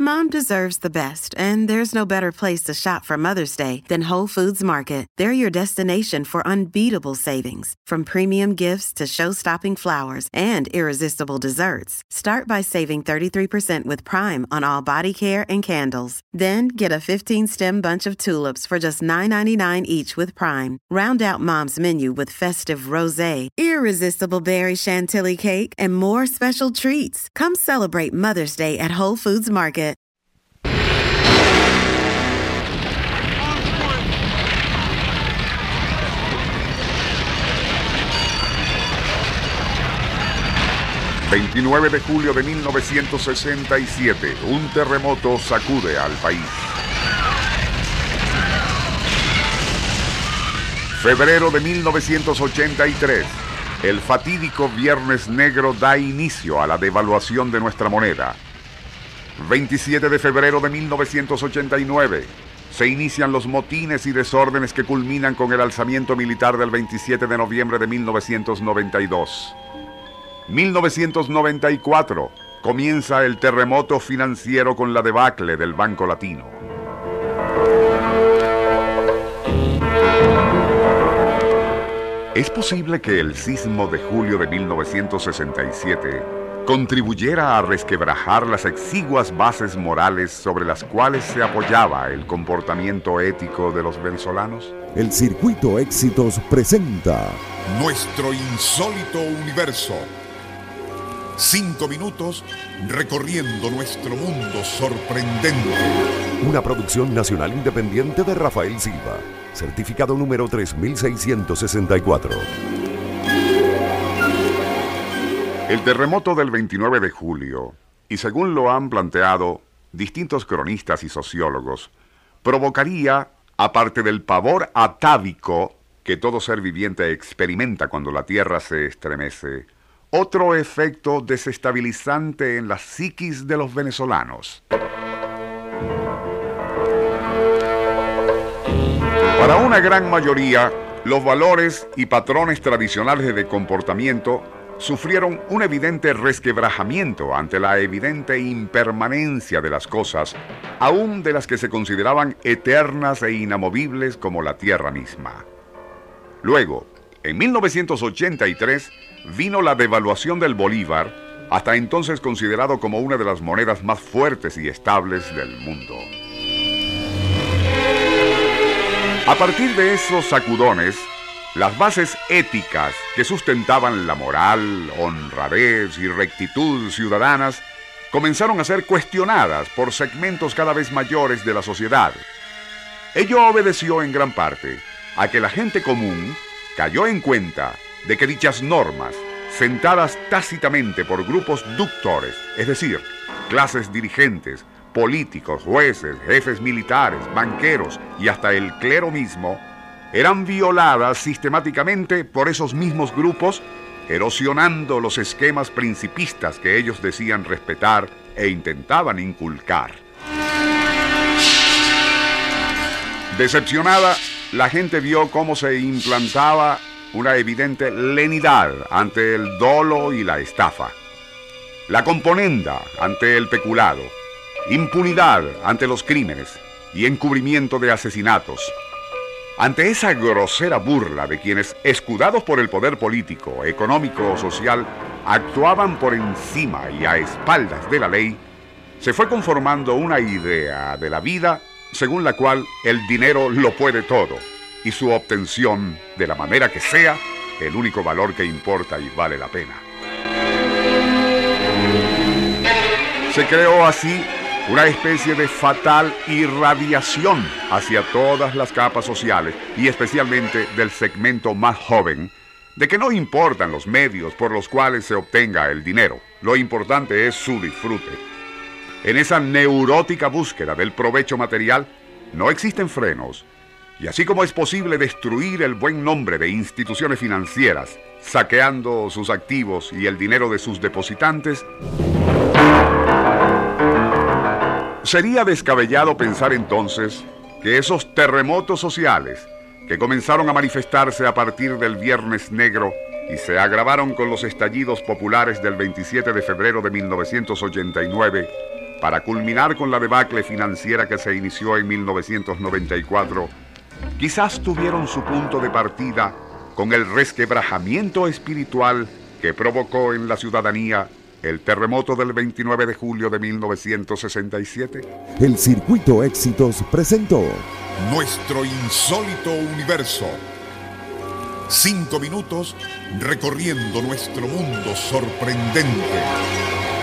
Mom deserves the best, and there's no better place to shop for Mother's Day than Whole Foods Market. They're your destination for unbeatable savings, from premium gifts to show-stopping flowers and irresistible desserts. Start by saving 33% with Prime on all body care and candles. Then get a 15-stem bunch of tulips for just $9.99 each with Prime. Round out Mom's menu with festive rosé, irresistible berry chantilly cake, and more special treats. Come celebrate Mother's Day at Whole Foods Market. ...29 de julio de 1967... un terremoto sacude al país. Febrero de 1983... el fatídico Viernes Negro da inicio a la devaluación de nuestra moneda. 27 de febrero de 1989... se inician los motines y desórdenes que culminan con el alzamiento militar del 27 de noviembre de 1992. 1994, comienza el terremoto financiero con la debacle del Banco Latino. ¿Es posible que el sismo de julio de 1967 contribuyera a resquebrajar las exiguas bases morales sobre las cuales se apoyaba el comportamiento ético de los venezolanos? El Circuito Éxitos presenta Nuestro insólito universo. 5 minutos recorriendo nuestro mundo sorprendente. Una producción nacional independiente de Rafael Silva. Certificado número 3664. El terremoto del 29 de julio, y según lo han planteado distintos cronistas y sociólogos, provocaría, aparte del pavor atávico que todo ser viviente experimenta cuando la Tierra se estremece, otro efecto desestabilizante en la psiquis de los venezolanos. Para una gran mayoría, los valores y patrones tradicionales de comportamiento sufrieron un evidente resquebrajamiento ante la evidente impermanencia de las cosas, aún de las que se consideraban eternas e inamovibles como la tierra misma. Luego, en 1983, vino la devaluación del bolívar, hasta entonces considerado como una de las monedas más fuertes y estables del mundo. A partir de esos sacudones, las bases éticas que sustentaban la moral, honradez y rectitud ciudadanas comenzaron a ser cuestionadas por segmentos cada vez mayores de la sociedad. Ello obedeció en gran parte a que la gente común cayó en cuenta de que dichas normas, sentadas tácitamente por grupos ductores, es decir, clases dirigentes, políticos, jueces, jefes militares, banqueros y hasta el clero mismo, eran violadas sistemáticamente por esos mismos grupos, erosionando los esquemas principistas que ellos decían respetar e intentaban inculcar. Decepcionada, la gente vio cómo se implantaba una evidente lenidad ante el dolo y la estafa, la componenda ante el peculado, impunidad ante los crímenes y encubrimiento de asesinatos. Ante esa grosera burla de quienes, escudados por el poder político, económico o social, actuaban por encima y a espaldas de la ley, se fue conformando una idea de la vida según la cual el dinero lo puede todo y su obtención, de la manera que sea, el único valor que importa y vale la pena. Se creó así una especie de fatal irradiación hacia todas las capas sociales y especialmente del segmento más joven, de que no importan los medios por los cuales se obtenga el dinero, lo importante es su disfrute. En esa neurótica búsqueda del provecho material no existen frenos, y así como es posible destruir el buen nombre de instituciones financieras, saqueando sus activos y el dinero de sus depositantes, sería descabellado pensar entonces que esos terremotos sociales que comenzaron a manifestarse a partir del Viernes Negro y se agravaron con los estallidos populares del 27 de febrero de 1989, para culminar con la debacle financiera que se inició en 1994, quizás tuvieron su punto de partida con el resquebrajamiento espiritual que provocó en la ciudadanía el terremoto del 29 de julio de 1967. El Circuito Éxitos presentó Nuestro insólito universo. 5 minutos recorriendo nuestro mundo sorprendente.